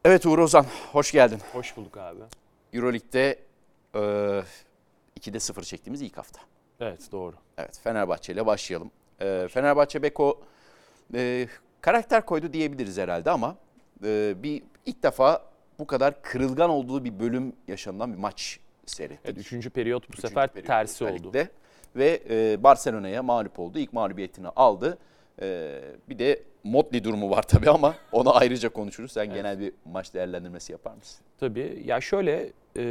Evet Uğur Ozan, hoş geldin. Hoş bulduk abi. Euroleague'de 2'de 0 çektiğimiz ilk hafta. Evet, doğru. Evet, Fenerbahçe ile başlayalım. Fenerbahçe Beko karakter koydu diyebiliriz herhalde ama bir ilk defa bu kadar kırılgan olduğu bir bölüm yaşanılan bir maç seyrettik. Evet, üçüncü periyot bu sefer tersi oldu. Ve Barcelona'ya mağlup oldu. İlk mağlubiyetini aldı. Bir de Motley durumu var tabii ama onu ayrıca konuşuruz. Sen genel bir maç değerlendirmesi yapar mısın? Tabii. Ya şöyle,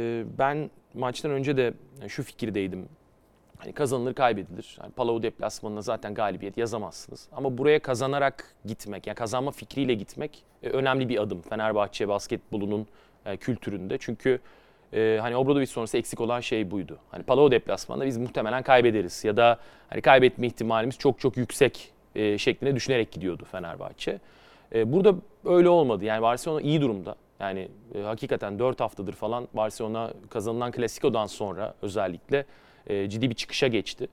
ben maçtan önce de şu fikirdeydim. Hani kazanılır kaybedilir. Yani Palau deplasmanına zaten galibiyet yazamazsınız. Ama buraya kazanarak gitmek, yani kazanma fikriyle gitmek önemli bir adım. Fenerbahçe basketbolunun kültüründe. Çünkü hani Obradović sonrası eksik olan şey buydu. Hani Palau deplasmanında biz muhtemelen kaybederiz ya da hani kaybetme ihtimalimiz çok çok yüksek şeklinde düşünerek gidiyordu Fenerbahçe. Burada öyle olmadı. Yani Barcelona iyi durumda. Yani hakikaten 4 haftadır falan Barcelona kazanılan Clasico'dan sonra özellikle ciddi bir çıkışa geçti.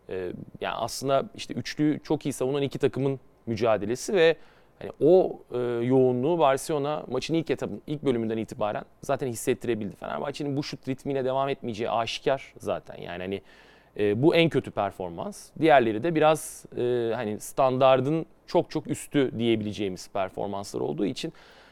Yani aslında işte üçlüyü çok iyi savunan iki takımın mücadelesi ve hani o yoğunluğu Barcelona maçın ilk bölümünden itibaren zaten hissettirebildi. Fenerbahçe'nin bu şut ritmiyle devam etmeyeceği aşikar zaten. Yani hani bu en kötü performans. Diğerleri de biraz hani standardın çok çok üstü diyebileceğimiz performanslar olduğu için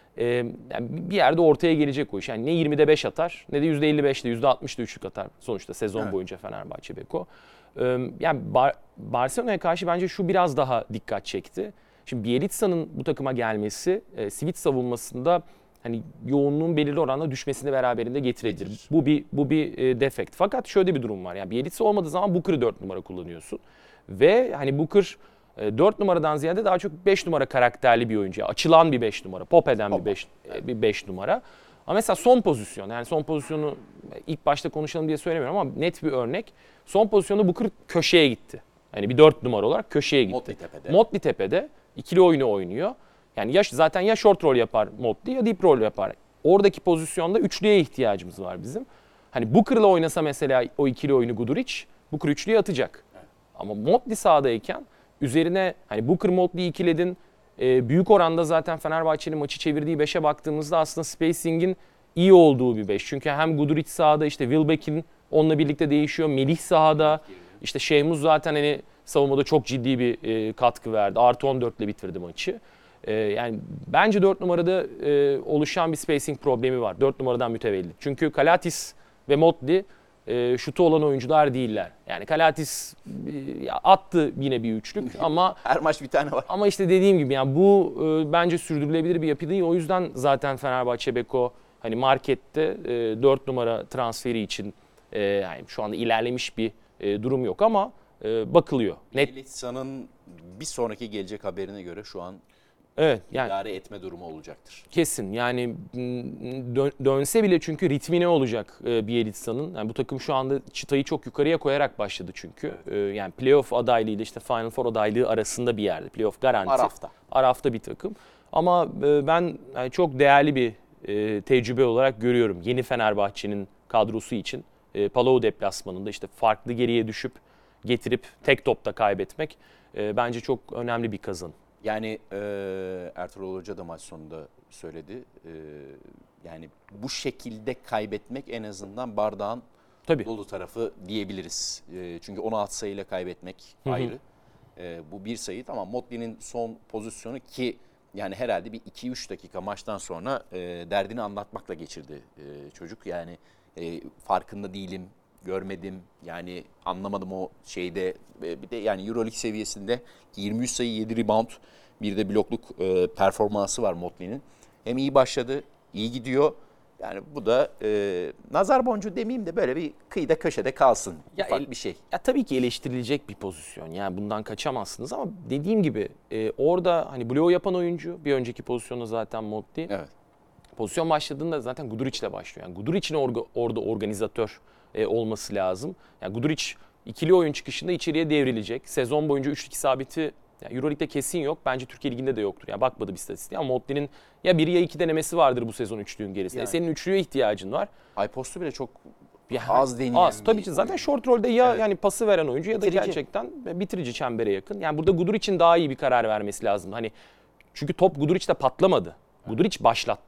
yani bir yerde ortaya gelecek o iş. Yani ne 20'de 5 atar ne de %55'de %60'da üçlük atar sonuçta sezon boyunca Fenerbahçe Beko. Yani Barcelona'ya karşı bence şu biraz daha dikkat çekti. Şimdi Bielitsa'nın bu takıma gelmesi Sivit savunmasında hani yoğunluğun belirli oranda düşmesini beraberinde getirebilir. Bu bir defekt. Fakat şöyle bir durum var. Yani Bielitsa olmadığı zaman Booker'ı 4 numara kullanıyorsun. Ve hani Booker 4 numaradan ziyade daha çok 5 numara karakterli bir oyuncu. Açılan bir 5 numara, pop eden bir 5 numara. Ama mesela son pozisyon, yani son pozisyonu ilk başta konuşalım diye söylemiyorum ama net bir örnek. Son pozisyonda Booker köşeye gitti. Hani bir 4 numara olarak köşeye gitti. Motley tepede. İkili oyunu oynuyor. Yani zaten ya short roll yapar Motley ya deep roll yapar. Oradaki pozisyonda üçlüye ihtiyacımız var bizim. Hani Booker'la oynasa mesela o ikili oyunu Guduric, Booker üçlüye atacak. Ama Motley sahadayken üzerine hani Booker Motley'i ikiledin. Büyük oranda zaten Fenerbahçe'nin maçı çevirdiği 5'e baktığımızda aslında spacing'in iyi olduğu bir 5. Çünkü hem Guduric sahada, işte Wilbeck'in onunla birlikte değişiyor. Melih sahada. İşte Şehmuz zaten hani savunmada çok ciddi bir katkı verdi. Artı 14 ile bitirdi maçı. Yani bence 4 numarada oluşan bir spacing problemi var. 4 numaradan mütevellit. Çünkü Kalatis ve Motley şutu olan oyuncular değiller. Yani Kalatis attı yine bir üçlük ama her maç bir tane var. Ama işte dediğim gibi yani bu bence sürdürülebilir bir yapı değil. O yüzden zaten Fenerbahçe Beko hani markette 4 numara transferi için yani şu anda ilerlemiş bir durum yok ama bakılıyor. Bielitsa'nın bir sonraki gelecek haberine göre şu an evet, yani idare etme durumu olacaktır. Kesin yani dönse bile çünkü ritmi ne olacak Bielitsa'nın? Yani bu takım şu anda çıtayı çok yukarıya koyarak başladı çünkü. Yani playoff adaylığıyla işte Final Four adaylığı arasında bir yerde. Playoff garanti. Arafta bir takım. Ama ben yani çok değerli bir tecrübe olarak görüyorum. Yeni Fenerbahçe'nin kadrosu için Palau deplasmanında işte farklı geriye düşüp getirip tek topta kaybetmek bence çok önemli bir kazanım. Yani Ertuğrul Hoca da maç sonunda söyledi. Yani bu şekilde kaybetmek en azından bardağın dolu tarafı diyebiliriz. Çünkü 16 sayıyla kaybetmek ayrı. Bu bir sayı. Tamam, Motley'nin son pozisyonu ki yani herhalde bir 2-3 dakika maçtan sonra derdini anlatmakla geçirdi çocuk. Yani farkında değilim, görmedim, yani anlamadım o şeyde. Bir de yani Euroleague seviyesinde 23 sayı 7 rebound bir de blokluk performansı var Motley'nin. Hem iyi başladı, iyi gidiyor. Yani bu da nazar boncuğu demeyeyim de böyle bir kıyıda köşede kalsın. Ufak bir şey. Ya tabii ki eleştirilecek bir pozisyon. Yani bundan kaçamazsınız ama dediğim gibi orada hani bloğu yapan oyuncu bir önceki pozisyonda zaten Motley. Evet. Pozisyon başladığında zaten Guduric'le başlıyor. Yani Guduric'in orada organizatör olması lazım. Yani Guduric ikili oyun çıkışında içeriye devrilecek. Sezon boyunca üçlük isabeti yani Euroleague'de kesin yok. Bence Türkiye Ligi'nde de yoktur. Yani bakmadı bir istatistiğe ama Motley'nin ya 1 ya 2 denemesi vardır bu sezon üçlüğün gerisinde. Yani. Senin üçlüğe ihtiyacın var. Aypost'u bile çok az denilen. Az. Tabii ki zaten short roll'de ya yani pası veren oyuncu ya da gerçekten bitirici çembere yakın. Yani burada Guduric'in daha iyi bir karar vermesi lazım. Hani çünkü top Guduric'te patlamadı. Guduric başlattı.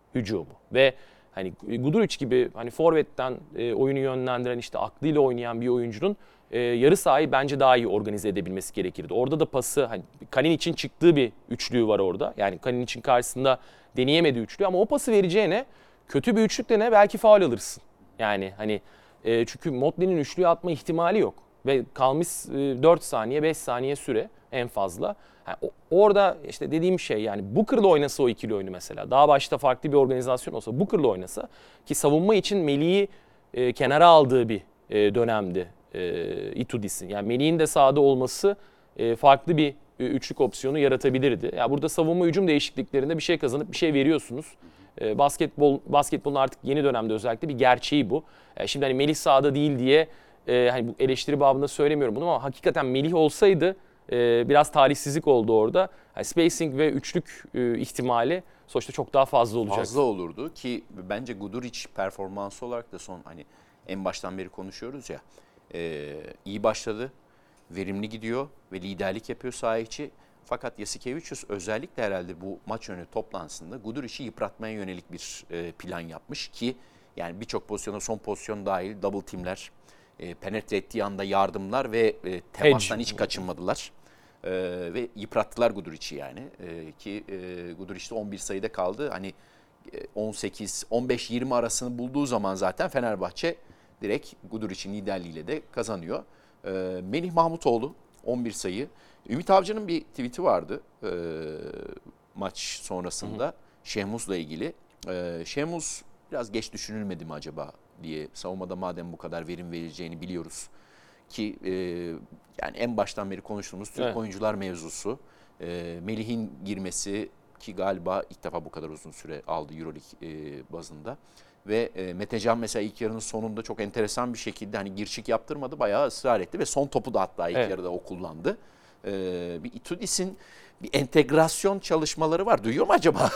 hücumu ve hani Guduric gibi hani forvetten oyunu yönlendiren, işte aklıyla oynayan bir oyuncunun yarı sahayı bence daha iyi organize edebilmesi gerekirdi. Orada da pası, hani Kalinic'in çıktığı bir üçlüğü var orada. Yani Kalinic'in karşısında deneyemediği üçlü, ama o pası vereceğine kötü bir üçlükle ne belki faul alırsın. Yani hani çünkü Motley'nin üçlüğü atma ihtimali yok. Ve kalmış 4 saniye 5 saniye süre en fazla. Yani orada işte dediğim şey, yani Booker'la oynasa o ikili oyunu mesela. Daha başta farklı bir organizasyon olsa, Booker'la oynasa, ki savunma için Melih'i kenara aldığı bir dönemdi Itudis'in. Yani Melih'in de sahada olması farklı bir üçlük opsiyonu yaratabilirdi. Yani burada savunma hücum değişikliklerinde bir şey kazanıp bir şey veriyorsunuz. Basketbolun artık yeni dönemde özellikle bir gerçeği bu. Şimdi hani Melih sahada değil diye hani bu eleştiri babında söylemiyorum bunu, ama hakikaten Melih olsaydı biraz talihsizlik oldu orada. Yani spacing ve üçlük ihtimali sonuçta çok daha fazla olacak. Fazla olurdu ki bence Guduric performansı olarak da son, hani en baştan beri konuşuyoruz ya, iyi başladı, verimli gidiyor ve liderlik yapıyor saha içi. Fakat Jasikevičius özellikle herhalde bu maç önü toplantısında Guduric'i yıpratmaya yönelik bir plan yapmış ki yani birçok pozisyonda, son pozisyon dahil double teamler, penetre ettiği anda yardımlar ve temastan hiç kaçınmadılar. Ve yıprattılar Guduric'i yani. Ki Guduric de 11 sayıda kaldı. Hani 18, 15-20 arasını bulduğu zaman zaten Fenerbahçe direkt Guduric'in liderliğiyle de kazanıyor. Melih Mahmutoğlu 11 sayı. Ümit Avcı'nın bir tweet'i vardı maç sonrasında Şehmuz'la ilgili. Şehmuz biraz geç düşünülmedi mi acaba diye, savunmada madem bu kadar verim vereceğini biliyoruz ki yani en baştan beri konuştuğumuz Türk oyuncular mevzusu. Melih'in girmesi ki galiba ilk defa bu kadar uzun süre aldı EuroLeague bazında. Ve Metecan mesela ilk yarının sonunda çok enteresan bir şekilde hani girşik yaptırmadı, bayağı ısrar etti ve son topu da hatta ilk yarıda o kullandı. Bir Itudis'in bir entegrasyon çalışmaları var. Duyuyor mu acaba?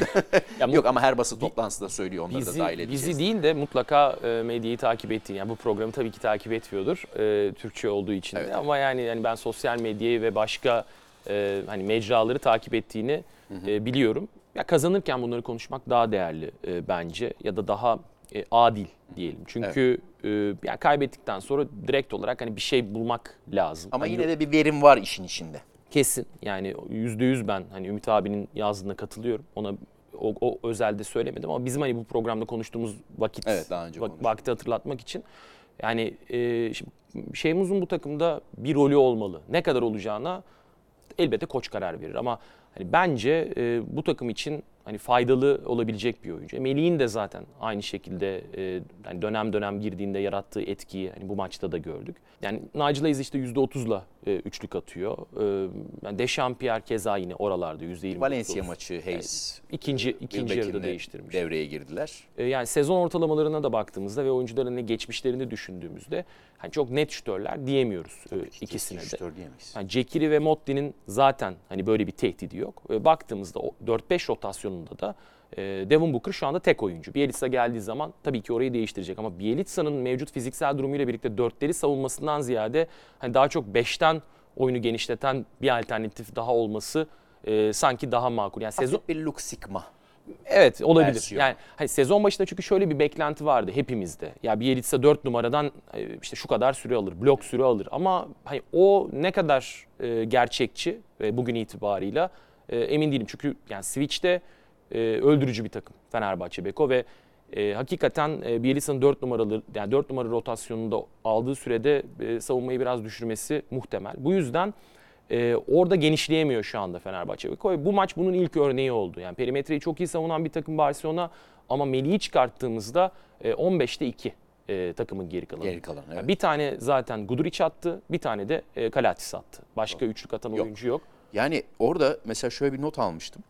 Yok ama her basın toplantısında söylüyor, onları da dahil edeceğiz. Bizi değil de mutlaka medyayı takip ettiğini, yani bu programı tabii ki takip etmiyordur Türkçe olduğu için de. Ama yani ben sosyal medyayı ve başka hani mecraları takip ettiğini biliyorum. Ya kazanırken bunları konuşmak daha değerli bence, ya da daha adil diyelim. Çünkü yani kaybettikten sonra direkt olarak hani bir şey bulmak lazım. Ama hani yine de bir verim var işin içinde. Kesin, yani %100 ben hani Ümit abinin yazdığına katılıyorum. Ona o özelde söylemedim ama bizim hani bu programda konuştuğumuz vakti hatırlatmak için yani şimdi Şehmuz'un bu takımda bir rolü olmalı. Ne kadar olacağına elbette koç karar verir ama hani bence bu takım için hani faydalı olabilecek bir oyuncu. Melih'in de zaten aynı şekilde hani dönem dönem girdiğinde yarattığı etkiyi hani bu maçta da gördük. Yani Nigel Hayes işte %30'la üçlük atıyor. Yani Dechampierre keza yine oralarda %20. Valencia maçı Hayes ikinci yarıda değiştirmiş. Devreye girdiler. Yani sezon ortalamalarına da baktığımızda ve oyuncuların geçmişlerini düşündüğümüzde hani çok net şütörler diyemiyoruz ikisine de. Şütör diyemeyiz. Yani Cekiri ve Motley'nin zaten hani böyle bir tehdidi yok. Baktığımızda 4-5 rotasyonunda da Devin Booker şu anda tek oyuncu. Bjelica geldiği zaman tabii ki orayı değiştirecek ama Bjelica'nın mevcut fiziksel durumuyla birlikte 4'leri savunmasından ziyade hani daha çok 5'ten oyunu genişleten bir alternatif daha olması sanki daha makul. Yani sezon bir Luke Sigma. Evet, olabilir. Versiyon. Yani hani sezon başında çünkü şöyle bir beklenti vardı hepimizde. Ya Bjelica 4 numaradan işte şu kadar süre alır, blok süre alır ama hani o ne kadar gerçekçi bugün itibarıyla emin değilim. Çünkü yani switch'te öldürücü bir takım Fenerbahçe Beko ve hakikaten Bjelica'nın 4 numara rotasyonunda aldığı sürede savunmayı biraz düşürmesi muhtemel. Bu yüzden orada genişleyemiyor şu anda Fenerbahçe Beko. Bu maç bunun ilk örneği oldu. Yani perimetreyi çok iyi savunan bir takım Barcelona ama Melih'i çıkarttığımızda 15'te 2 takımın geri kalanı. Evet. Yani bir tane zaten Guduric attı, bir tane de Kalatis attı. Başka üçlük atan oyuncu yok. Yani orada mesela şöyle bir not almıştım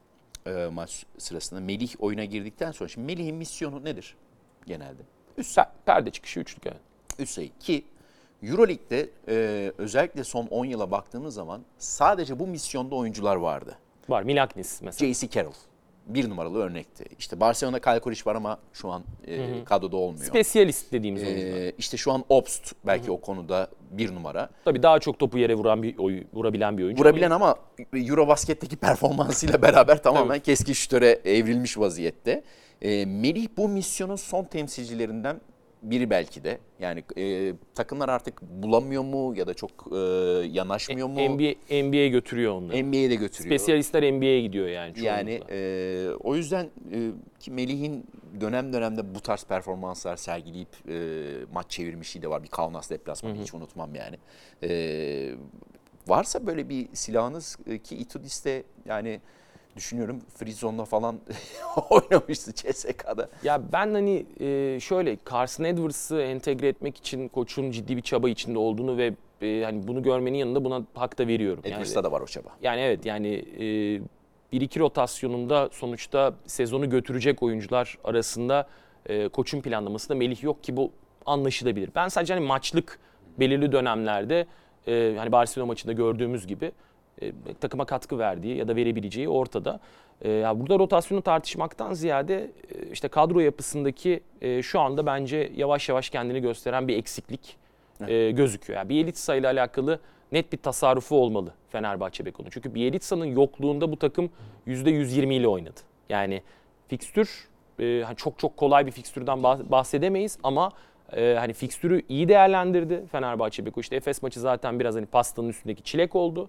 maç sırasında. Melih oyuna girdikten sonra, şimdi Melih'in misyonu nedir genelde? Perde çıkışı üçlük, evet. Üst sayı ki EuroLeague'de özellikle son 10 yıla baktığımız zaman sadece bu misyonda oyuncular vardı. Var, Milaknis mesela. J.C. Carroll. Bir numaralı örnekti. İşte Barcelona Kalkolic var ama şu an kadroda olmuyor. Spesyalist dediğimiz oyuncular. İşte şu an Obst belki o konuda bir numara. Tabii daha çok topu yere vurabilen bir oyuncu. Vurabilen ama Eurobasket'teki performansıyla beraber tamamen keskin şütöre evrilmiş vaziyette. Melih bu misyonun son temsilcilerinden biri belki de. Yani takımlar artık bulamıyor mu ya da çok yanaşmıyor mu? NBA'ye götürüyor onları. NBA'ye de götürüyor. Spesyalistler NBA'ye gidiyor yani çoğunlukla. Yani o yüzden ki Melih'in dönem dönemde bu tarz performanslar sergileyip maç çevirmişliği de var. Bir Kaunas deplasmanı hiç unutmam yani. Varsa böyle bir silahınız ki Itudis'te yani düşünüyorum Free Zone'la falan oynamıştı CSK'da. Ya ben hani şöyle Carson Edwards'ı entegre etmek için koçun ciddi bir çaba içinde olduğunu ve hani bunu görmenin yanında buna hak da veriyorum. Edwards'ta yani, da var o çaba. Yani evet yani 1-2 rotasyonunda sonuçta sezonu götürecek oyuncular arasında koçun planlamasında Melih yok ki bu anlaşılabilir. Ben sadece hani maçlık belirli dönemlerde hani Barcelona maçında gördüğümüz gibi takıma katkı verdiği ya da verebileceği ortada. Yani burada rotasyonu tartışmaktan ziyade işte kadro yapısındaki şu anda bence yavaş yavaş kendini gösteren bir eksiklik gözüküyor. Yani Bielitsa ile alakalı net bir tasarrufu olmalı Fenerbahçe Beko'nun. Çünkü Bielitsa'nın yokluğunda bu takım %120 ile oynadı. Yani fikstür hani çok kolay bir fikstürden bahsedemeyiz ama hani fikstürü iyi değerlendirdi Fenerbahçe Beko. İşte Efes maçı zaten biraz hani pastanın üstündeki çilek oldu.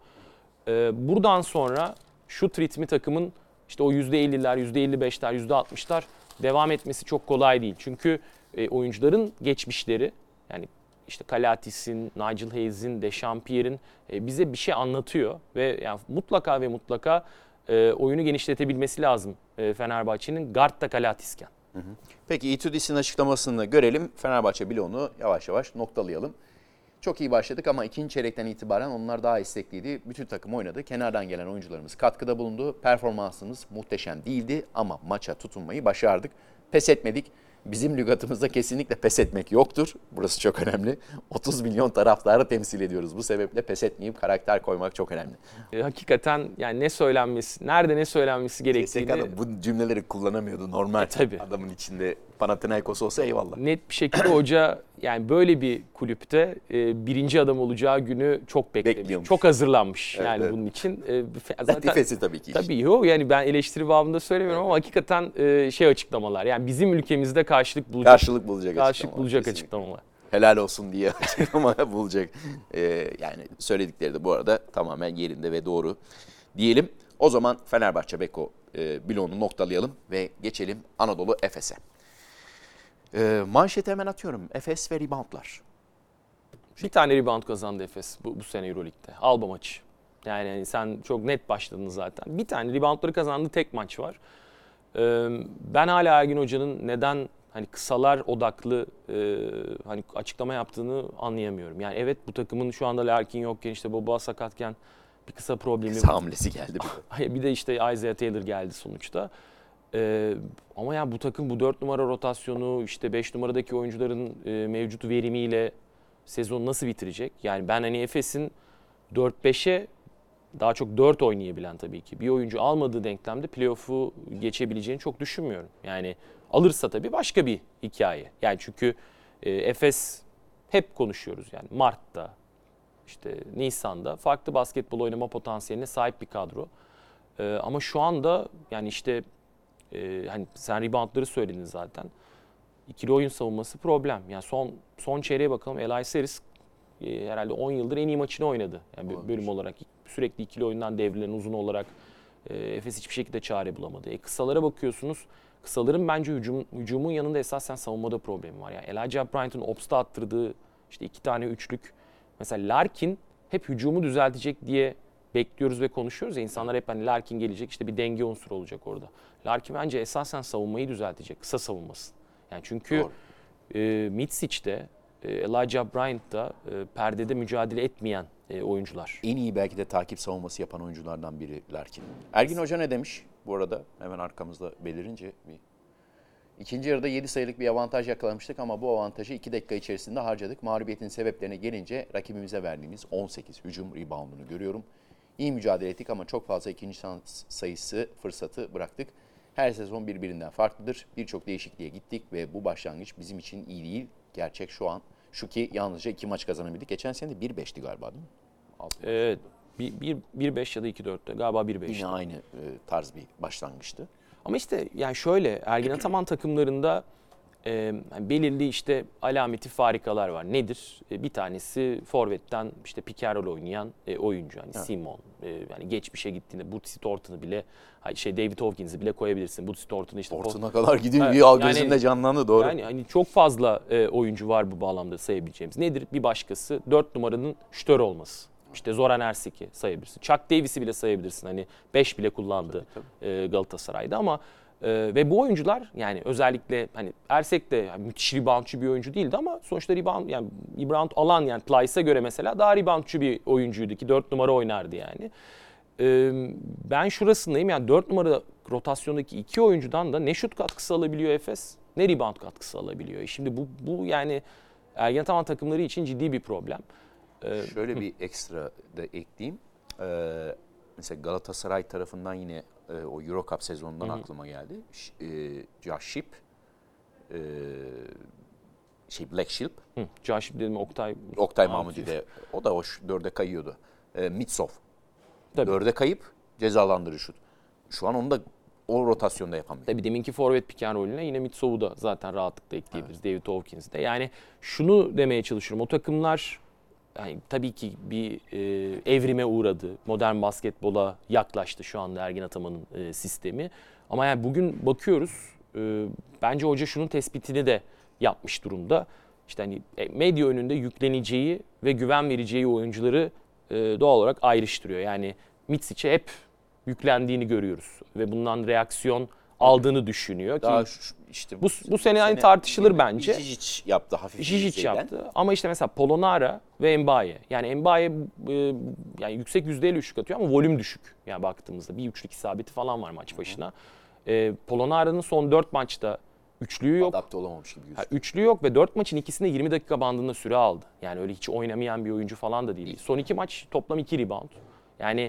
Buradan sonra şut ritmi takımın işte o %50'ler, %55'ler, %60'lar devam etmesi çok kolay değil. Çünkü oyuncuların geçmişleri yani işte Kalatis'in, Nigel Hayes'in, Dechampierre'in bize bir şey anlatıyor ve yani mutlaka oyunu genişletebilmesi lazım Fenerbahçe'nin guard da Kalatis'ken. Peki Itudis'in açıklamasını görelim. Fenerbahçe bloğunu yavaş yavaş noktalayalım. Çok iyi başladık ama ikinci çeyrekten itibaren onlar daha istekliydi. Bütün takım oynadı. Kenardan gelen oyuncularımız katkıda bulundu. Performansımız muhteşem değildi ama maça tutunmayı başardık. Pes etmedik. Bizim lügatımızda kesinlikle pes etmek yoktur. Burası çok önemli. 30 milyon taraftarı temsil ediyoruz. Bu sebeple pes etmeyip karakter koymak çok önemli. Hakikaten yani nerede ne söylenmesi gerektiğini... CSK'da bu cümleleri kullanamıyordu normal. Tabii. Adamın içinde Panathinaikos olsa eyvallah. Net bir şekilde hoca yani böyle bir kulüpte birinci adam olacağı günü çok beklemiş. Çok hazırlanmış yani bunun için. Zaten Latifesi tabii ki. Tabii yok yani ben eleştiri babında söylemiyorum ama hakikaten açıklamalar. Yani bizim ülkemizde karşılık bulacak açıklamalar. Helal olsun diye açıklama bulacak. Yani söyledikleri de bu arada tamamen yerinde ve doğru diyelim. O zaman Fenerbahçe Beko bloğunu noktalayalım ve geçelim Anadolu Efes'e. Manşeti hemen atıyorum. Efes ve reboundlar. Bir tane rebound kazandı Efes bu sene Euroleague'de. Alba maçı. Yani sen çok net başladın zaten. Bir tane reboundları kazandığı tek maç var. Ben hala Ergin Hoca'nın neden hani kısalar odaklı hani açıklama yaptığını anlayamıyorum. Yani evet bu takımın şu anda Larkin yokken işte Boba sakatken bir kısa problemi var. Hamlesi geldi. Bir de işte Isaiah Taylor geldi sonuçta. Ama yani bu takım bu 4 numara rotasyonu işte 5 numaradaki oyuncuların mevcut verimiyle sezonu nasıl bitirecek? Yani ben hani Efes'in 4-5'e daha çok 4 oynayabilen tabii ki bir oyuncu almadığı denklemde playoff'u geçebileceğini çok düşünmüyorum. Yani alırsa tabii başka bir hikaye. Yani çünkü Efes hep konuşuyoruz yani Mart'ta işte Nisan'da farklı basketbol oynama potansiyeline sahip bir kadro. Ama şu anda yani işte hani sen reboundları söyledin zaten. İkili oyun savunması problem. Yani son çeyreğe bakalım. Elias Harris herhalde 10 yıldır en iyi maçını oynadı. Yani bölüm olarak sürekli ikili oyundan devrilen uzun olarak Efes hiçbir şekilde çare bulamadı. Kısalara bakıyorsunuz. Kısaların bence hücumun yanında esasen savunmada problemi var. Yani Elijah Bryant'ın Obst'a attırdığı işte 2 tane üçlük. Mesela Larkin hep hücumu düzeltecek diye bekliyoruz ve konuşuyoruz ya. İnsanlar hep hani Larkin gelecek işte bir denge unsuru olacak orada. Larkin bence esasen savunmayı düzeltecek. Kısa savunmasın. Yani çünkü Mitsic'de Elijah Bryant'da perdede mücadele etmeyen oyuncular. En iyi belki de takip savunması yapan oyunculardan biri Larkin. Ergin Hoca ne demiş bu arada? Hemen arkamızda belirince. İkinci yarıda 7 sayılık bir avantaj yakalamıştık ama bu avantajı 2 dakika içerisinde harcadık. Mağlubiyetin sebeplerine gelince rakibimize verdiğimiz 18 hücum reboundunu görüyorum. İyi mücadele ettik ama çok fazla ikinci şans sayısı fırsatı bıraktık. Her sezon birbirinden farklıdır. Birçok değişikliğe gittik ve bu başlangıç bizim için iyi değil. Gerçek şu ki yalnızca 2 maç kazanabildik. Geçen sene de 1-5'ti galiba değil mi? Evet. 1-5 ya da 2-4'te galiba 1-5'ti. Yine aynı tarz bir başlangıçtı. Ama işte yani şöyle Ergin Ataman takımlarında belirli işte alameti farikalar var. Nedir? Bir tanesi forvetten işte pick and roll oynayan oyuncu. Yani evet. Simon. Yani geçmişe gittiğinde Bootsy Thornton'ı bile David Hawkins'i bile koyabilirsin. Bootsy Thornton'ı işte Thornton'a kadar gidiyor. Ya gözümde canlandı doğru. Yani hani çok fazla oyuncu var bu bağlamda sayabileceğimiz. Nedir? Bir başkası 4 numaranın şütör olması. İşte Zoran Ersik'i sayabilirsin. Chuck Davis'i bile sayabilirsin. Hani 5 bile kullandı tabii. Galatasaray'da ama ve bu oyuncular yani özellikle hani Ersek de yani müthiş reboundçı bir oyuncu değildi ama sonuçta rebound alan yani Plyce'a göre mesela daha reboundçı bir oyuncuydu ki 4 numara oynardı yani. Ben şurasındayım yani 4 numara rotasyondaki 2 oyuncudan da ne şut katkısı alabiliyor Efes ne rebound katkısı alabiliyor. Şimdi bu yani Ergin Ataman takımları için ciddi bir problem. Şöyle bir ekstra da ekleyeyim. Mesela Galatasaray tarafından yine o Euro Cup sezonundan aklıma geldi. Josh Shipp, Black Shield. Josh Shipp dedim Oktay Mahmudi de o da o 4'e kayıyordu. Mitsov. 4'e kayıp cezalandırıcı şut. Şu an onu da o rotasyonda yapamıyor. Tabii deminki forvet pick and roll'üne yine Mitsov'u da zaten rahatlıkla ekleyebiliriz. Evet. David Hawkins'i de. Yani şunu demeye çalışıyorum. O takımlar yani tabii ki bir evrime uğradı. Modern basketbola yaklaştı şu anda Ergin Ataman'ın sistemi. Ama yani bugün bakıyoruz bence hoca şunun tespitini de yapmış durumda. İşte hani medya önünde yükleneceği ve güven vereceği oyuncuları doğal olarak ayrıştırıyor. Yani Mitsic'e hep yüklendiğini görüyoruz ve bundan reaksiyon aldığını düşünüyor ki daha işte bu sene aynı tartışılır bence. Žižić yaptı hafif. Žižić yaptı ama işte mesela Polonara ve Mbaye. Yani Mbaye yani yüksek yüzdeyle üçlük atıyor ama volüm düşük. Yani baktığımızda bir üçlük isabeti falan var maç başına. Polonara'nın son 4 maçta üçlüğü yok. Adapte olamamış gibi gözüküyor. Üçlüğü yok ve 4 maçın ikisinde 20 dakika bandında süre aldı. Yani öyle hiç oynamayan bir oyuncu falan da değil. Son 2 maç toplam 2 rebound. Yani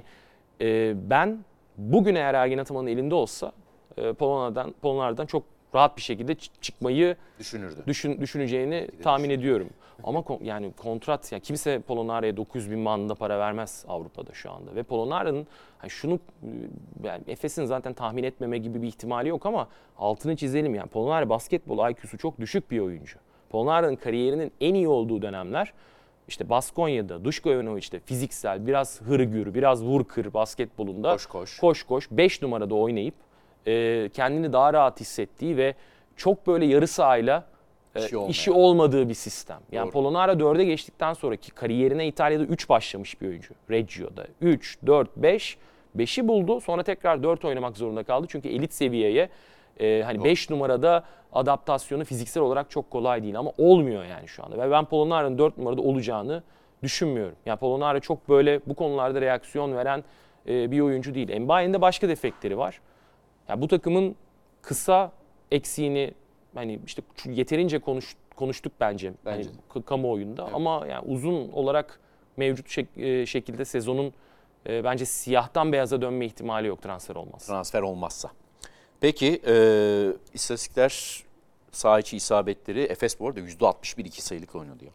ben bugün eğer Ergin Ataman'ın elinde olsa Polonara'dan çok rahat bir şekilde çıkmayı düşüneceğini tahmin ediyorum. Ama yani kontrat yani kimse Polonara'ya 900.000 bandında para vermez Avrupa'da şu anda ve Polonara'nın yani şunu yani Efes'in zaten tahmin etmeme gibi bir ihtimali yok ama altını çizelim yani Polonara basketbol IQ'su çok düşük bir oyuncu. Polonara'nın kariyerinin en iyi olduğu dönemler İşte Baskonya'da, Duško Ivanović'te fiziksel, biraz hırgür, biraz vur kır basketbolunda koş 5 numarada oynayıp kendini daha rahat hissettiği ve çok böyle yarı sahayla işi olmadığı bir sistem. Yani Polonara 4'e geçtikten sonraki kariyerine İtalya'da 3 başlamış bir oyuncu. Reggio'da 3, 4, 5. 5'i buldu sonra tekrar 4 oynamak zorunda kaldı. Çünkü elit seviyeye hani 5 numarada adaptasyonu fiziksel olarak çok kolay değil ama olmuyor yani şu anda. Ve ben Polonara'nın 4 numarada olacağını düşünmüyorum. Yani Polonara çok böyle bu konularda reaksiyon veren bir oyuncu değil. Mbaye'nin de başka defektleri var. Yani bu takımın kısa eksiğini hani işte yeterince konuştuk bence. Yani kamuoyunda evet. Ama yani uzun olarak mevcut şekilde sezonun bence siyahtan beyaza dönme ihtimali yok transfer olmazsa. Peki istatistikler saha içi isabetleri Efes bu arada %61 2 sayılıkla oynadı ya.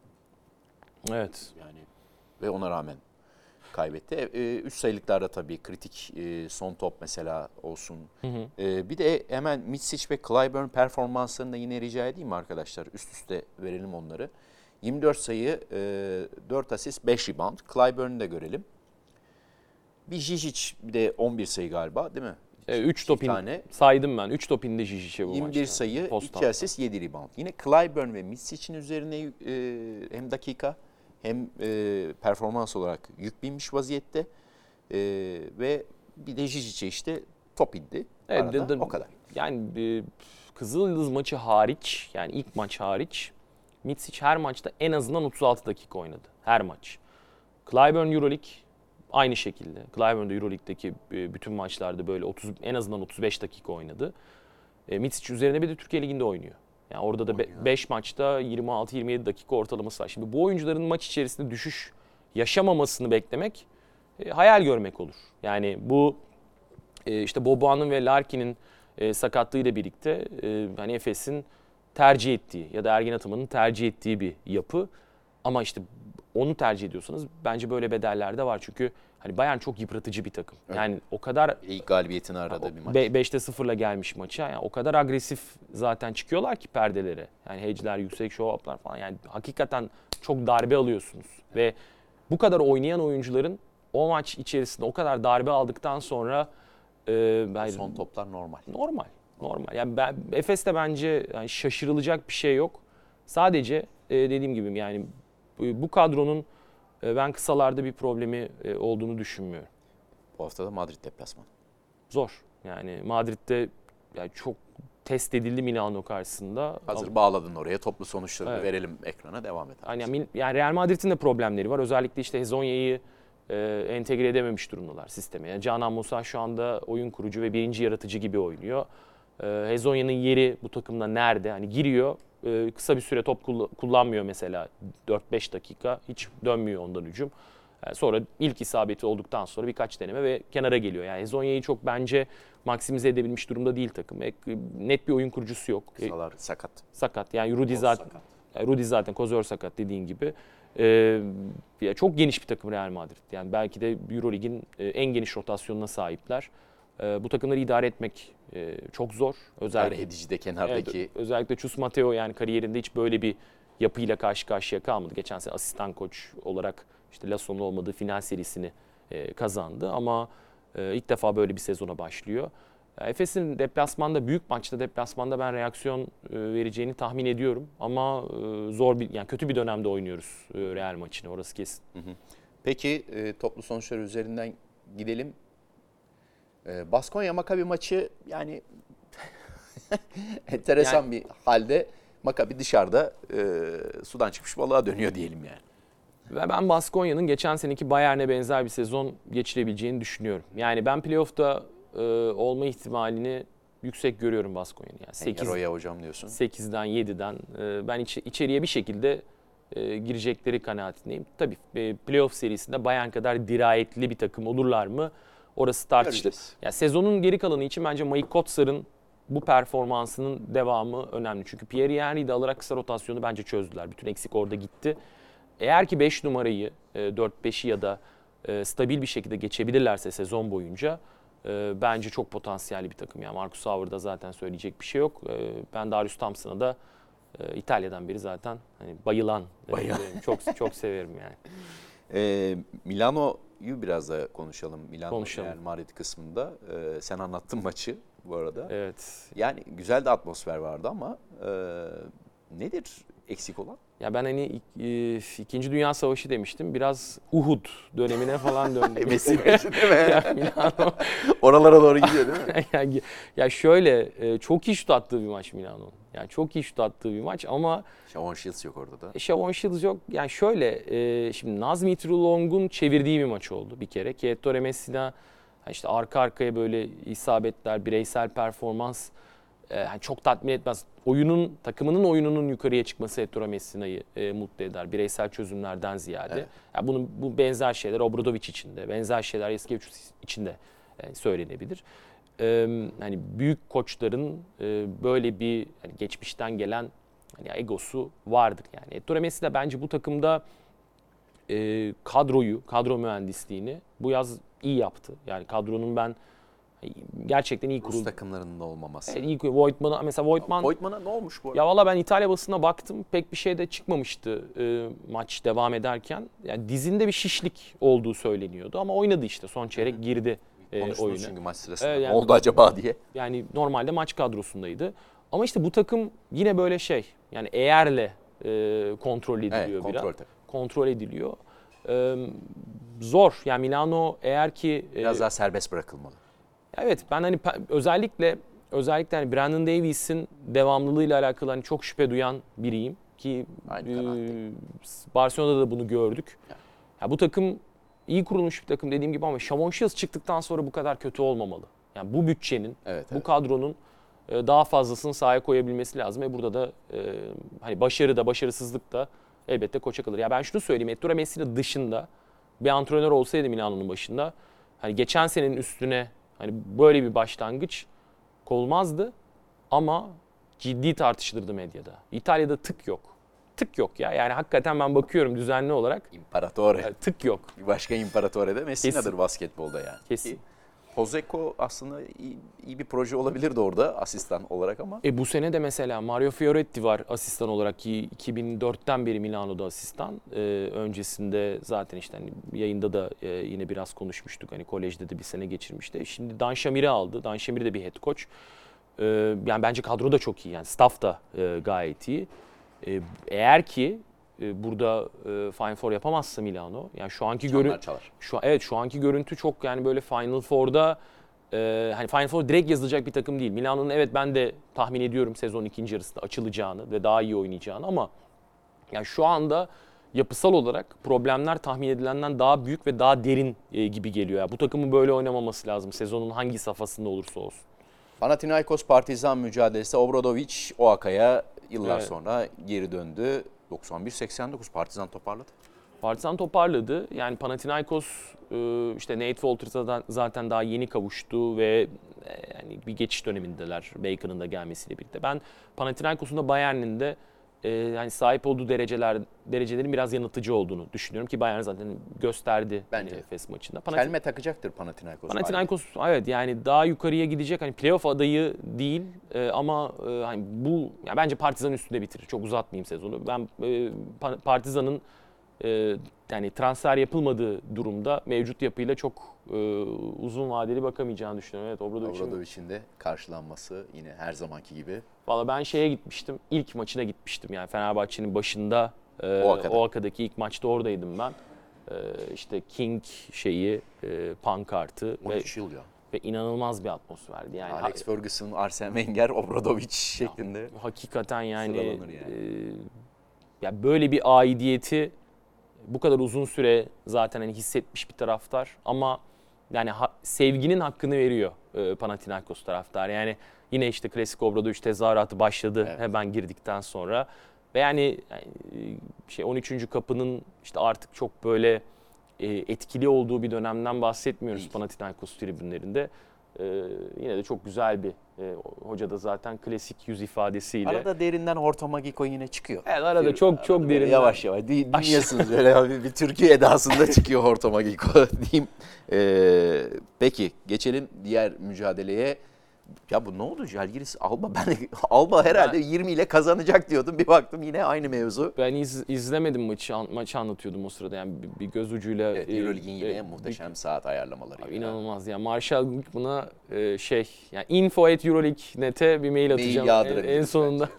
Evet. Yani ve ona rağmen kaybetti. 3 sayılıklarda tabii kritik son top mesela olsun. Bir de hemen Micic ve Clyburn performanslarını da yine rica edeyim mi arkadaşlar? Üst üste verelim onları. 24 sayı, 4 asist, 5 rebound. Clyburn'u da görelim. Bir Žižić bir de 11 sayı galiba değil mi? 3 topin saydım ben. 3 topinde Žižić'e bu 21 maçta. sayı, 2 asist, 7 rebound. Yine Clyburn ve Micic'in üzerine hem dakika hem performans olarak yük binmiş vaziyette. Ve bir de Žižić'e işte top indi. Evet, o kadar. Yani Kızılyıldız maçı hariç, yani ilk maç hariç Micic her maçta en azından 36 dakika oynadı. Her maç. Clyburn Euroleague aynı şekilde. Clyburn de Euroleague'deki bütün maçlarda böyle en azından 35 dakika oynadı. Micic üzerine bir de Türkiye Ligi'nde oynuyor. Yani orada da 5 maçta 26-27 dakika ortalaması var. Şimdi bu oyuncuların maç içerisinde düşüş yaşamamasını beklemek hayal görmek olur. Yani bu işte Boboa'nın ve Larkin'in sakatlığıyla birlikte hani Efes'in tercih ettiği ya da Ergin Ataman'ın tercih ettiği bir yapı. Ama işte onu tercih ediyorsanız bence böyle bedeller de var. Çünkü Hani Bayern çok yıpratıcı bir takım. Evet. Yani o kadar İlk galibiyetini aradı bir maç. 5'te 0'la gelmiş maça. Yani o kadar agresif zaten çıkıyorlar ki perdelere. Yani hedge'ler, yüksek show-up'lar falan. Yani hakikaten çok darbe alıyorsunuz. Ve bu kadar oynayan oyuncuların o maç içerisinde o kadar darbe aldıktan sonra son toplar normal. Normal. Yani Efes'te bence yani şaşırılacak bir şey yok. Sadece dediğim gibi yani bu kadronun ben kısalarda bir problemi olduğunu düşünmüyorum. Bu hafta da Madrid deplasmanı. Zor. Yani Madrid'de yani çok test edildi Milano karşısında. Hazır bağladın oraya, toplu sonuçları verelim ekrana, devam edelim. Yani Real Madrid'in de problemleri var. Özellikle işte Hezonya'yı entegre edememiş durumdalar sisteme. Yani Canan Musa şu anda oyun kurucu ve birinci yaratıcı gibi oynuyor. Hezonya'nın yeri bu takımda nerede? Hani giriyor, kısa bir süre top kullanmıyor mesela 4-5 dakika. Hiç dönmüyor ondan hücum. Sonra ilk isabeti olduktan sonra birkaç deneme ve kenara geliyor. Yani Hezonya'yı çok bence maksimize edebilmiş durumda değil takım. Net bir oyun kurucusu yok. Kısalar sakat. Sakat. Yani Rudy zaten Kozor sakat dediğin gibi. Çok geniş bir takım Real Madrid. Yani belki de Eurolig'in en geniş rotasyonuna sahipler. Bu takımları idare etmek çok zor. Özellikle idare edici de kenardaki. Evet, özellikle Chus Mateo yani kariyerinde hiç böyle bir yapıyla karşı karşıya kalmadı. Geçen sene asistan koç olarak işte Lasso'nun olmadığı final serisini kazandı ama ilk defa böyle bir sezona başlıyor. Efes'in büyük maçta deplasmanda ben reaksiyon vereceğini tahmin ediyorum ama yani kötü bir dönemde oynuyoruz Real maçını, orası kesin. Peki toplu sonuçlar üzerinden gidelim. Baskonya Maccabi maçı yani enteresan bir halde. Maccabi dışarıda sudan çıkmış balığa dönüyor diyelim yani. Ve ben Baskonya'nın geçen seneki Bayern'e benzer bir sezon geçirebileceğini düşünüyorum. Yani ben playoff'ta olma ihtimalini yüksek görüyorum Baskonya'nın. Yani 8 hocam diyorsun. 8'den 7'den ben içeriye bir şekilde girecekleri kanaatindeyim. Tabii playoff serisinde Bayern kadar dirayetli bir takım olurlar mı? Orası tartışılır. Yani sezonun geri kalanı için bence Mike Kotsar'ın bu performansının devamı önemli. Çünkü Pierre Henry'i de alarak kısa rotasyonu bence çözdüler. Bütün eksik orada gitti. Eğer ki 5 numarayı, 4-5'i ya da stabil bir şekilde geçebilirlerse sezon boyunca bence çok potansiyelli bir takım. Yani Marcus Howard'a zaten söyleyecek bir şey yok. Ben Darius Thompson'a da İtalya'dan beri zaten hani bayılan. Çok severim yani. Milano'yu biraz da konuşalım. Real Madrid kısmında. Sen anlattın maçı bu arada. Evet. Yani güzel de atmosfer vardı ama nedir eksik olan? Ya ben hani 2. Dünya Savaşı demiştim. Biraz Uhud dönemine falan döndüm. Messi değil mi? Milano. Oralara doğru gidiyor değil mi? ya şöyle çok iyi şut attığı bir maç Milano'nun. Yani çok iyi şut attığı bir maç ama Shavon Shields yok orada da. Shavon Shields yok. Yani şöyle şimdi Nazmi Trulong'un çevirdiği bir maç oldu bir kere. Ki Ettore Messina işte arka arkaya böyle isabetler, bireysel performans yani çok tatmin etmez. Takımının oyununun yukarıya çıkması Ettore Messina'yı mutlu eder. Bireysel çözümlerden ziyade. Evet. Yani bu benzer şeyler Obradovic için de, benzer şeyler Yasikevicius için de söylenebilir. Hani büyük koçların böyle bir hani geçmişten gelen hani egosu vardır. Yani Ettore Messina bence bu takımda kadro mühendisliğini bu yaz iyi yaptı. Yani kadronun ben gerçekten iyi kuruldu. Rus takımlarının da olmaması. İyi Voigtman'a mesela Voigtman'a ne olmuş bu arada? Ya valla ben İtalya basına baktım. Pek bir şey de çıkmamıştı maç devam ederken. Yani dizinde bir şişlik olduğu söyleniyordu ama oynadı işte. Son çeyrek girdi oyuna. Çünkü maç sırasında ne oldu acaba diye. Yani normalde maç kadrosundaydı. Ama işte bu takım yine böyle yani eğerle kontrol ediliyor biraz. Kontrol ediliyor. Zor. Yani Milano eğer ki biraz daha serbest bırakılmalı. Evet, ben hani özellikle hani Brandon Davies'in devamlılığıyla alakalı hani çok şüphe duyan biriyim ki Barcelona'da da bunu gördük. Ya bu takım iyi kurulmuş bir takım dediğim gibi ama Shavon Shields çıktıktan sonra bu kadar kötü olmamalı. Yani bu bütçenin, bu kadronun daha fazlasını sahaya koyabilmesi lazım ve burada da hani başarı da başarısızlık da elbette koça kalır. Ya ben şunu söyleyeyim, Ettore Messina dışında bir antrenör olsaydı Milano'nun başında hani geçen senenin üstüne hani böyle bir başlangıç olmazdı ama ciddi tartışılırdı medyada. İtalya'da tık yok. tık yok ya. Yani hakikaten ben bakıyorum düzenli olarak. İmparatore. Tık yok. Bir başka İmparatore de Messina'dır basketbolda yani. Kesin. Hozeko aslında iyi bir proje olabilirdi orada asistan olarak ama. Bu sene de mesela Mario Fioretti var asistan olarak ki 2004'ten beri Milano'da asistan. Öncesinde zaten işte hani yayında da yine biraz konuşmuştuk. Hani kolejde de bir sene geçirmişti. Şimdi Dan Shamir'i aldı. Dan Shamir de bir head coach. Yani bence kadro da çok iyi. Yani staff da gayet iyi. Eğer ki burada Final Four yapamazsa Milano, yani şu anki şu anki görüntü çok yani böyle Final Four'da hani Final Four direkt yazılacak bir takım değil. Milano'nun evet ben de tahmin ediyorum sezon ikinci yarısında açılacağını ve daha iyi oynayacağını ama yani şu anda yapısal olarak problemler tahmin edilenden daha büyük ve daha derin gibi geliyor. Yani bu takımın böyle oynamaması lazım sezonun hangi safhasında olursa olsun. Panathinaikos Partizan mücadelesi, Obradovic Oaka'ya yıllar sonra geri döndü. 91-89 Partizan toparladı. Partizan toparladı. Yani Panathinaikos işte Nate Wolter zaten daha yeni kavuştu ve yani bir geçiş dönemindeler Bacon'ın da gelmesiyle birlikte. Ben Panathinaikos'un da Bayern'in de yani sahip olduğu derecelerin biraz yanıltıcı olduğunu düşünüyorum ki Bayern zaten gösterdi Efes maçında. Kelme takacaktır Panathinaikos. Panathinaikos evet yani daha yukarıya gidecek hani playoff adayı değil ama hani bu yani bence Partizan üstünde bitirir. Çok uzatmayayım sezonu. Ben Partizan'ın yani transfer yapılmadığı durumda mevcut yapıyla çok uzun vadeli bakamayacağını düşünüyorum. Evet, Obradovic'in de karşılanması yine her zamanki gibi. Valla ben şeye gitmiştim. İlk maçına gitmiştim. Yani Fenerbahçe'nin başında Oaka'daki ilk maçta oradaydım ben. İşte King pankartı ve inanılmaz bir atmosferdi. Yani Alex Ferguson, Arsene Wenger, Obradovic şeklinde. Hakikaten yani. Ya böyle bir aidiyeti bu kadar uzun süre zaten hani hissetmiş bir taraftar ama yani sevginin hakkını veriyor Panathinaikos taraftarı. Yani yine işte klasik Obradovic tezahüratı başladı hemen girdikten sonra ve yani 13. kapının işte artık çok böyle etkili olduğu bir dönemden bahsetmiyoruz Panathinaikos tribünlerinde. Yine de çok güzel bir hoca da zaten klasik yüz ifadesiyle. Arada derinden Hortomagiko yine çıkıyor. Evet arada çok derinden. Yavaş dinliyorsunuz böyle bir Türkiye edasında çıkıyor Hortomagiko diyeyim. Peki geçelim diğer mücadeleye. Ya bu ne oldu Žalgiris Alba? Alba herhalde 20 ile kazanacak diyordum. Bir baktım yine aynı mevzu. Ben izlemedim maçı anlatıyordum o sırada. Yani bir göz ucuyla. Evet, Euroleague'in yine muhteşem saat ayarlamaları. İnanılmaz ya. Marshall buna yani info@euroleague.net'e bir mail atacağım en sonunda.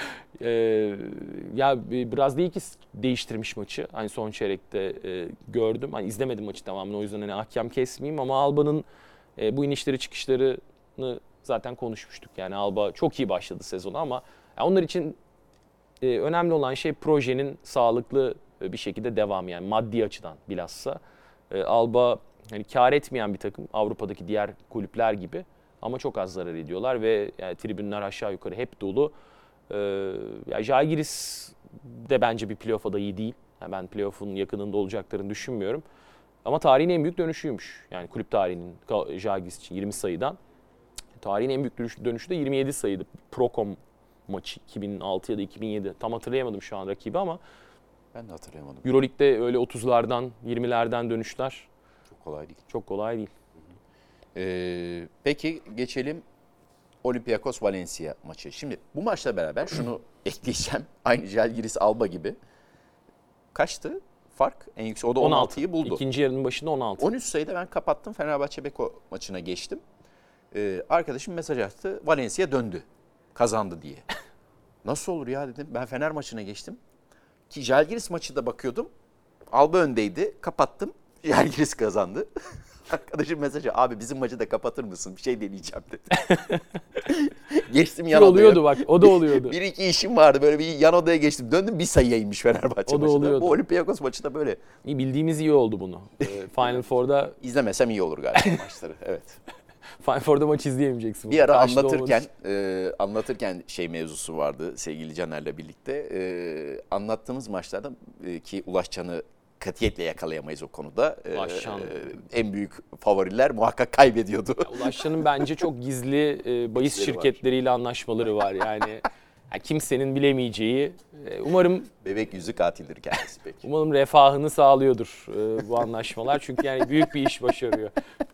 Ya biraz değil ki değiştirmiş maçı. Hani son çeyrekte gördüm. Hani izlemedim maçı tamamını o yüzden hani ahkam kesmeyeyim ama Alba'nın bu inişleri çıkışlarını zaten konuşmuştuk. Yani Alba çok iyi başladı sezonu ama onlar için önemli olan şey projenin sağlıklı bir şekilde devamı yani maddi açıdan bilhassa. Alba hani kar etmeyen bir takım Avrupa'daki diğer kulüpler gibi ama çok az zarar ediyorlar ve yani tribünler aşağı yukarı hep dolu. Yani Žalgiris de bence bir playoff adayı değil. Yani ben playoff'un yakınında olacaklarını düşünmüyorum. Ama tarihin en büyük dönüşüymüş. Yani kulüp tarihinin Žalgiris için 20 sayıdan. Tarihin en büyük dönüşü de 27 sayıydı. Procom maçı 2006 ya da 2007. Tam hatırlayamadım şu an rakibi ama. Ben de hatırlayamadım. Euroleague'de öyle 30'lardan 20'lerden dönüşler. Çok kolay değil. Çok kolay değil. Peki geçelim Olympiakos Valencia maçı. Şimdi bu maçla beraber şunu ekleyeceğim. Aynı Žalgiris Alba gibi. Kaçtı fark? En yüksek o da 16'yı buldu. İkinci yarının başında 16. 13 sayıda ben kapattım. Fenerbahçe Beko maçına geçtim. Arkadaşım mesaj attı. Valencia döndü. Kazandı diye. Nasıl olur ya dedim. Ben Fener maçına geçtim. Ki Žalgiris maçı da bakıyordum. Alba öndeydi. Kapattım. Žalgiris kazandı. Arkadaşım mesajı abi bizim maçı da kapatır mısın? Bir şey deneyeceğim dedi. Geçtim yan odaya. Oluyordu bak o da oluyordu. Bir iki işim vardı böyle bir yan odaya geçtim. Döndüm bir sayıya inmiş Fenerbahçe maçında. Oluyordu. Bu Olympiakos maçı da böyle. Bildiğimiz iyi oldu bunu. Final Four'da. İzlemesem iyi olur galiba maçları. Evet. Final Four'da maç izleyemeyeceksin. Bir ara anlatırken mevzusu vardı sevgili Caner'le birlikte. Anlattığımız maçlarda ki Ulaş Can'ı katiyetle yakalayamayız o konuda. En büyük favoriler muhakkak kaybediyordu. Ulaş Can'ın bence çok gizli bahis şirketleriyle anlaşmaları var. Yani kimsenin bilemeyeceği, umarım bebek yüzü katildir kendisi peki. Umarım refahını sağlıyordur bu anlaşmalar. Çünkü yani büyük bir iş başarıyor.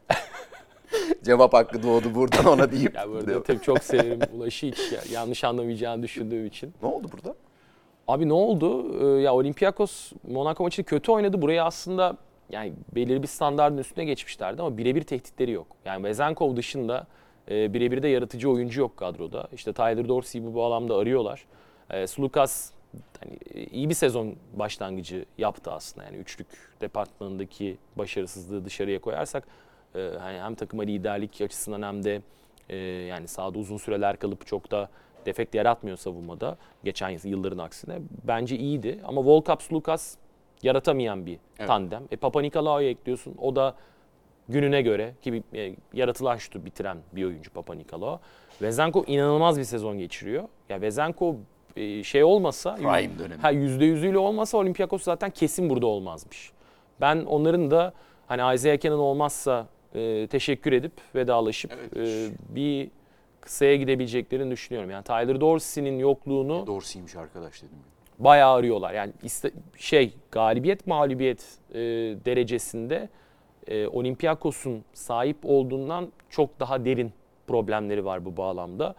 Cevap hakkı doğdu buradan ona deyip. Ya burada tabii çok severim Ulaş'ı, hiç yanlış anlamayacağını düşündüğüm için. Ne oldu burada? Abi ne oldu? Ya Olympiakos Monaco maçını kötü oynadı. Buraya aslında yani belirli bir standardın üstüne geçmişlerdi ama birebir tehditleri yok. Yani Vezenkov dışında birebir de yaratıcı oyuncu yok kadroda. İşte Tyler Dorsey'i bu bağlamda arıyorlar. Sulukas hani iyi bir sezon başlangıcı yaptı aslında. Yani üçlük departmanındaki başarısızlığı dışarıya koyarsak hani hem takıma liderlik açısından hem de yani sahada uzun süreler kalıp çok da defekt yaratmıyor savunmada geçen yılların aksine. Bence iyiydi ama Volkaps Sulukas yaratamayan bir tandem. Papanikolaou'yu ekliyorsun. O da gününe göre ki yaratılan şutu bitiren bir oyuncu Papanikolaou. Vezenkov inanılmaz bir sezon geçiriyor. Ya Vezenkov şey olmasa, %100'üyle olmasa Olympiakos zaten kesin burada olmazmış. Ben onların da hani Isaiah Cannon olmazsa teşekkür edip vedalaşıp bir kısaya gidebileceklerini düşünüyorum. Yani Tyler Dorsey'nin yokluğunu Dorsey'miş arkadaş dedim. Bayağı arıyorlar. Yani galibiyet mağlubiyet derecesinde Olympiakos'un sahip olduğundan çok daha derin problemleri var bu bağlamda.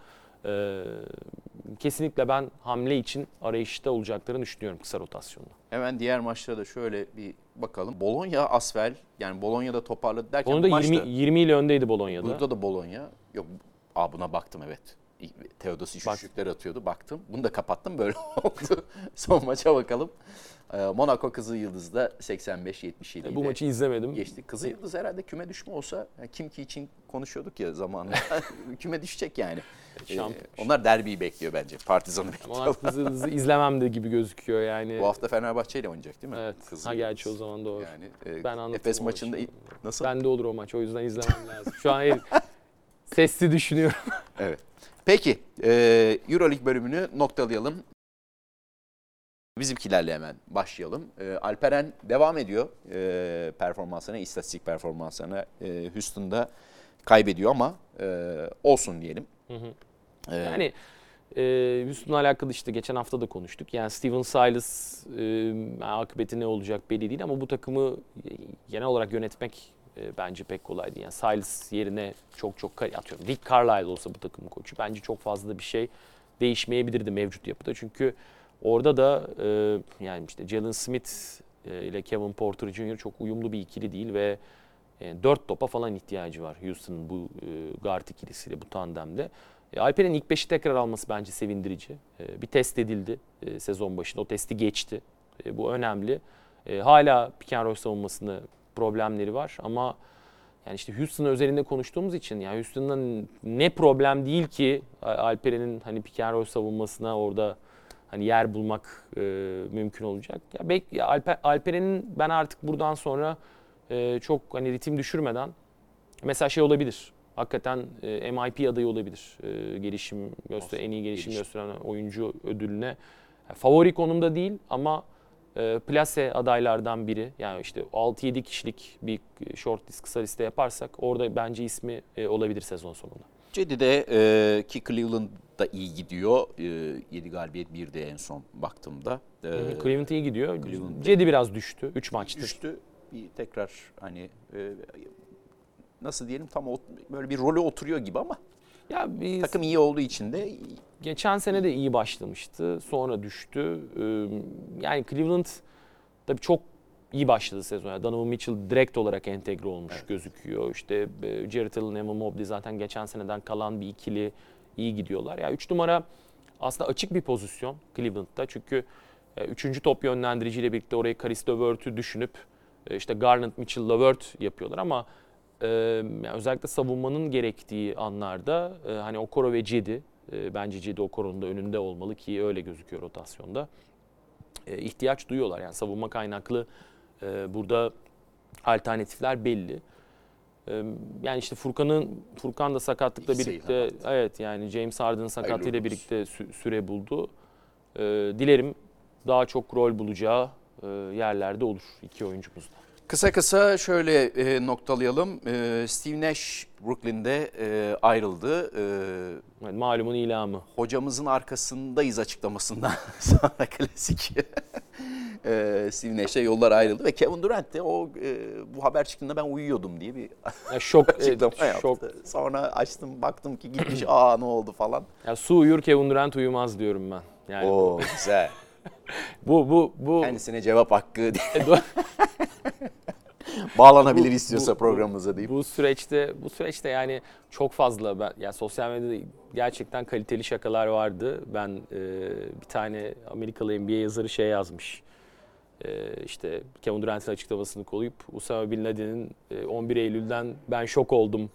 Kesinlikle ben hamle için arayışta olacaklarını düşünüyorum kısa rotasyonda. Hemen diğer maçlara da şöyle bir bakalım. Bologna Asvel, yani Bologna'da toparladı derken Bologna'da maçta 20 ile öndeydi Bologna'da. Burada da Bologna. Yok, buna baktım evet. Teodosic üçlükler atıyordu. Baktım. Bunu da kapattım. Böyle oldu. Son maça bakalım. Monaco Kızılyıldız'da 85-77 ile bu maçı izlemedim. geçti. Kızılyıldız herhalde küme düşme olsa, kim ki için konuşuyorduk ya zamanında. Küme düşecek yani. Onlar derbiyi bekliyor bence. Partizan'ı bekliyorlar. Monaco Kızılyıldız'ı izlemem de gibi gözüküyor yani. Bu hafta Fenerbahçe ile oynayacak değil mi? Evet. Gerçi o zaman doğru. Yani, ben anlatayım. Efes maçında nasıl? Bende olur o maç. O yüzden izlemem lazım. Şu an sesli düşünüyorum. Evet. Peki, Euroleague bölümünü noktalayalım. Bizimkilerle hemen başlayalım. Alperen devam ediyor performansına, istatistik performansına. Houston'da kaybediyor ama olsun diyelim. Yani Houston'la alakalı işte geçen hafta da konuştuk. Yani Steven Silas akıbeti ne olacak belli değil ama bu takımı genel olarak yönetmek bence pek kolay değil. Yani Silas yerine çok atıyorum. Rick Carlisle olsa bu takımın koçu bence çok fazla bir şey değişmeyebilirdi mevcut yapıda. Çünkü orada da yani işte Jalen Smith ile Kevin Porter Jr. çok uyumlu bir ikili değil ve 4 topa falan ihtiyacı var Houston'ın bu guard ikilisiyle, bu tandemde. Alper'in ilk 5'i tekrar alması bence sevindirici. Bir test edildi sezon başında. O testi geçti. Bu önemli. Hala pick and roll savunmasında problemleri var ama yani işte Houston özelinde konuştuğumuz için yani Houston'da ne problem değil ki Alperen'in hani pick and roll savunmasına orada hani yer bulmak mümkün olacak. Ya Alperen'in ben artık buradan sonra çok hani ritim düşürmeden mesela şey olabilir. Hakikaten MIP adayı olabilir. En iyi gelişim gösteren oyuncu ödülüne. Favori konumda değil ama plase adaylardan biri. Yani işte 6-7 kişilik bir short list, kısa liste yaparsak orada bence ismi olabilir sezon sonunda. Cedi'de ki Cleveland'da iyi gidiyor. 7 galibiyet 1 de en son baktığımda. Cleveland iyi gidiyor. Cedi biraz düştü. 3 maçtır. Düştü. Bir tekrar hani nasıl diyelim tam böyle bir rolü oturuyor gibi ama ya takım iyi olduğu için de geçen sene de iyi başlamıştı. Sonra düştü. Yani Cleveland tabii çok iyi başladı sezon. Yani Donovan Mitchell direkt olarak entegre olmuş gözüküyor. İşte Jarrett Allen, Evan Mobley zaten geçen seneden kalan bir ikili, iyi gidiyorlar. Yani 3 numara aslında açık bir pozisyon Cleveland'da. Çünkü 3. top yönlendiriciyle birlikte oraya Caris LeVert'ü düşünüp işte Garland, Mitchell, LeVert yapıyorlar ama yani özellikle savunmanın gerektiği anlarda hani Okoro ve Cedi, bence Cedi Okoro'nun da önünde olmalı ki öyle gözüküyor rotasyonda. İhtiyaç duyuyorlar yani savunma kaynaklı burada alternatifler belli. Yani işte Furkan da sakatlıkla birlikte evet yani James Harden sakatlığıyla birlikte süre buldu. Dilerim daha çok rol bulacağı yerlerde olur iki oyuncumuz da. Kısa kısa şöyle noktalayalım. Steve Nash Brooklyn'de ayrıldı. Malumun ilamı. Hocamızın arkasındayız açıklamasından sonra klasik Steve Nash'le yollar ayrıldı ve Kevin Durant de bu haber çıktığında ben uyuyordum diye bir şok açıklama yaptı. Şok. Sonra açtım baktım ki gitmiş ne oldu falan. Ya su uyur Kevin Durant uyumaz diyorum ben. Yani güzel. bu kendisine cevap hakkı diye. Bağlanabilir istiyorsa programımıza deyip. Bu süreçte yani çok fazla sosyal medyada gerçekten kaliteli şakalar vardı. Ben bir tane Amerikalı NBA yazarı yazmış. İşte Kevin Durant'in açıklamasını koyup Usama Bin Laden'in 11 Eylül'den ben şok oldum.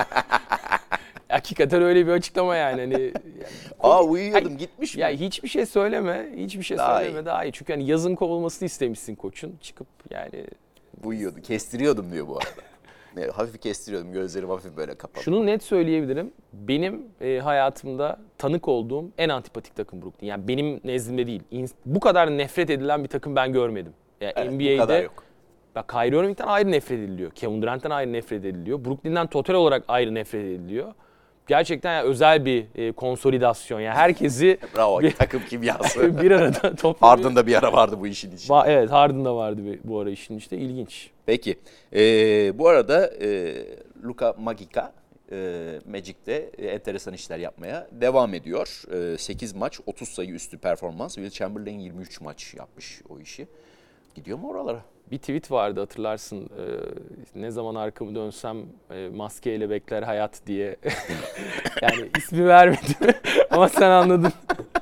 Hakikaten öyle bir açıklama yani. Uyuyordum gitmiş mi? Ya hiçbir şey söyleme. Daha iyi. Çünkü yazın kovulmasını istemişsin koçun. Çıkıp yani uyuyordu. Kestiriyordum diyor bu arada. Hafif kestiriyordum. Gözlerim hafif böyle kapalı. Şunu net söyleyebilirim. Benim hayatımda tanık olduğum en antipatik takım Brooklyn. Yani benim nezdimde değil. Bu kadar nefret edilen bir takım ben görmedim. Yani evet, NBA'de bu kadar yok. Kyrie Irving'den ayrı nefret ediliyor. Kevin Durant'tan ayrı nefret ediliyor. Brooklyn'den total olarak ayrı nefret ediliyor. Gerçekten özel bir konsolidasyon. Yani herkesi bravo takım kimyası. bir arada topluyor. Harden'da bir ara vardı bu işin içinde. Evet, Harden'da vardı bu ara işin içinde. İlginç. Peki. Bu arada Luka Magica Magic'te enteresan işler yapmaya devam ediyor. 8 maç, 30 sayı üstü performans. Will Chamberlain 23 maç yapmış o işi. Gidiyor mu oralara? Bir tweet vardı hatırlarsın. Ne zaman arkamı dönsem maskeyle bekler hayat diye. Yani ismi vermedim ama sen anladın.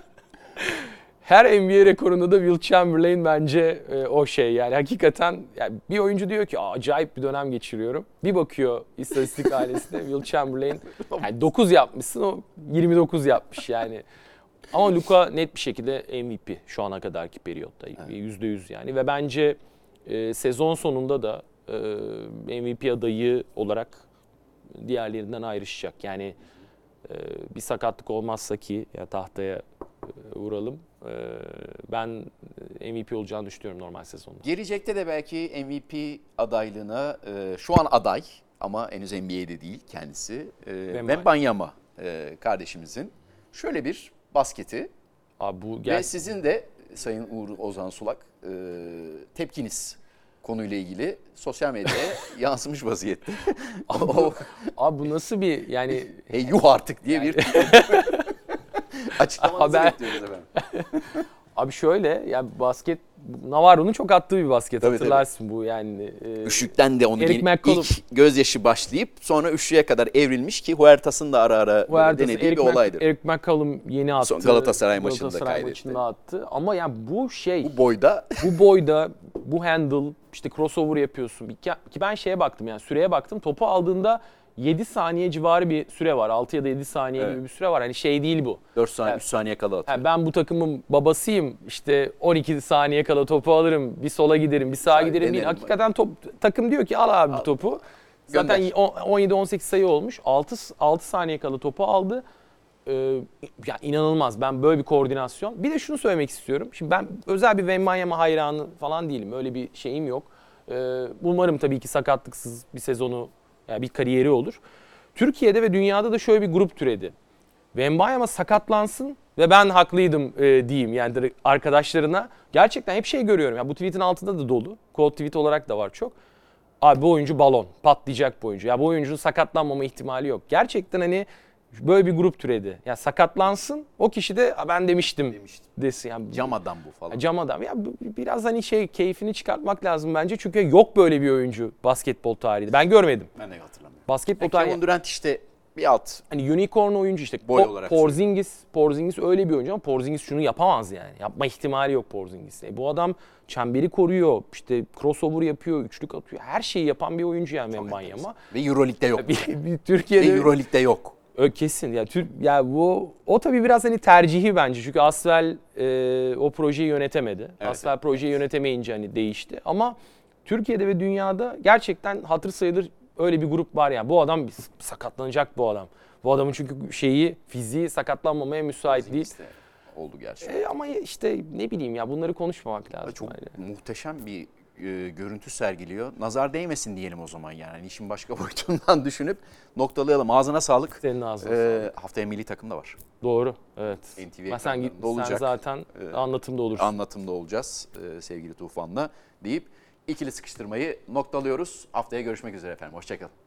Her NBA rekorunda da Will Chamberlain bence yani hakikaten yani bir oyuncu diyor ki acayip bir dönem geçiriyorum. Bir bakıyor istatistik ailesine Will Chamberlain yani 9 yapmışsın o 29 yapmış yani. Ama Luka net bir şekilde MVP şu ana kadarki periyotta %100 yani ve bence sezon sonunda da MVP adayı olarak diğerlerinden ayrışacak. Yani bir sakatlık olmazsa ki tahtaya vuralım. Ben MVP olacağını düşünüyorum normal sezonda. Gelecekte de belki MVP adaylığına şu an aday ama henüz NBA'de değil kendisi. Wembanyama kardeşimizin şöyle bir basketi ve sizin de Sayın Uğur Ozan Sulak tepkiniz konuyla ilgili sosyal medyaya yansımış vaziyette. Abi bu nasıl bir yani... yuh artık diye bir açıklamanızı bekliyoruz efendim. Abi şöyle yani basket Navarro'nun çok attığı bir basket hatırlarsın bu yani. Üçlükten de onu ilk gözyaşı başlayıp sonra üçlüye kadar evrilmiş ki Huertas'ın da ara denediği bir olaydır. Eric McCollum yeni attı. Son Galatasaray maçında kaydetti. Ama yani bu boyda bu handle işte crossover yapıyorsun. Ki ben baktım yani süreye baktım. Topu aldığında 7 saniye civarı bir süre var. 6 ya da 7 saniye gibi bir süre var. Hani değil bu. 4 saniye, 3 saniye kala atıyor. Yani ben bu takımın babasıyım. İşte 12 saniye kala topu alırım. Bir sola giderim, bir sağa giderim değil. Hakikaten takım diyor ki al abi topu. Zaten 17-18 sayı olmuş. 6 saniye kala topu aldı. Ya inanılmaz. Ben böyle bir koordinasyon. Bir de şunu söylemek istiyorum. Şimdi ben özel bir Wembanyama hayranı falan değilim. Öyle bir şeyim yok. Umarım tabii ki sakatlıksız bir sezonu yani bir kariyeri olur. Türkiye'de ve dünyada da şöyle bir grup türedi. Wembanyama sakatlansın ve ben haklıydım diyeyim yani arkadaşlarına. Gerçekten hep görüyorum. Yani bu tweetin altında da dolu. Quote tweet olarak da var çok. Abi bu oyuncu balon. Patlayacak bu oyuncu. Ya bu oyuncunun sakatlanmama ihtimali yok. Gerçekten hani böyle bir grup türedi. Ya sakatlansın o kişi de ben demiştim desin. Yani, cam adam bu falan. Cam adam. Ya biraz hani keyfini çıkartmak lazım bence. Çünkü yok böyle bir oyuncu basketbol tarihinde. Ben görmedim. Ben de hatırlamıyorum. Basketbol tarihi. Kevin Durant işte bir alt. Hani unicorn oyuncu işte. Boy olarak. Porzingis öyle bir oyuncu ama Porzingis şunu yapamaz yani. Yapma ihtimali yok Porzingis'te. Bu adam çemberi koruyor. İşte crossover yapıyor, üçlük atıyor. Her şeyi yapan bir oyuncu yani Wembanyama. Ve EuroLeague'de yok. Türkiye'de ve EuroLeague'de yok. Kesin. O tabii biraz hani tercihi bence. Çünkü Asvel o projeyi yönetemedi. Evet, Asvel projeyi yönetemeyince hani değişti. Ama Türkiye'de ve dünyada gerçekten hatır sayılır öyle bir grup var yani. Bu adam sakatlanacak bu adam. Bu adamın çünkü fiziği sakatlanmamaya müsait değil. Oldu gerçekten. Ama işte ne bileyim ya bunları konuşmamak lazım. Çok muhteşem bir görüntü sergiliyor. Nazar değmesin diyelim o zaman yani. Hani işin başka boyutundan düşünüp noktalayalım. Ağzına sağlık. Senin ağzına sağlık. Haftaya milli takım da var. Doğru, evet. NTV sen olacak. zaten anlatımda olursun. Anlatımda olacağız sevgili Tufan'la deyip ikili sıkıştırmayı noktalıyoruz. Haftaya görüşmek üzere efendim. Hoşçakalın.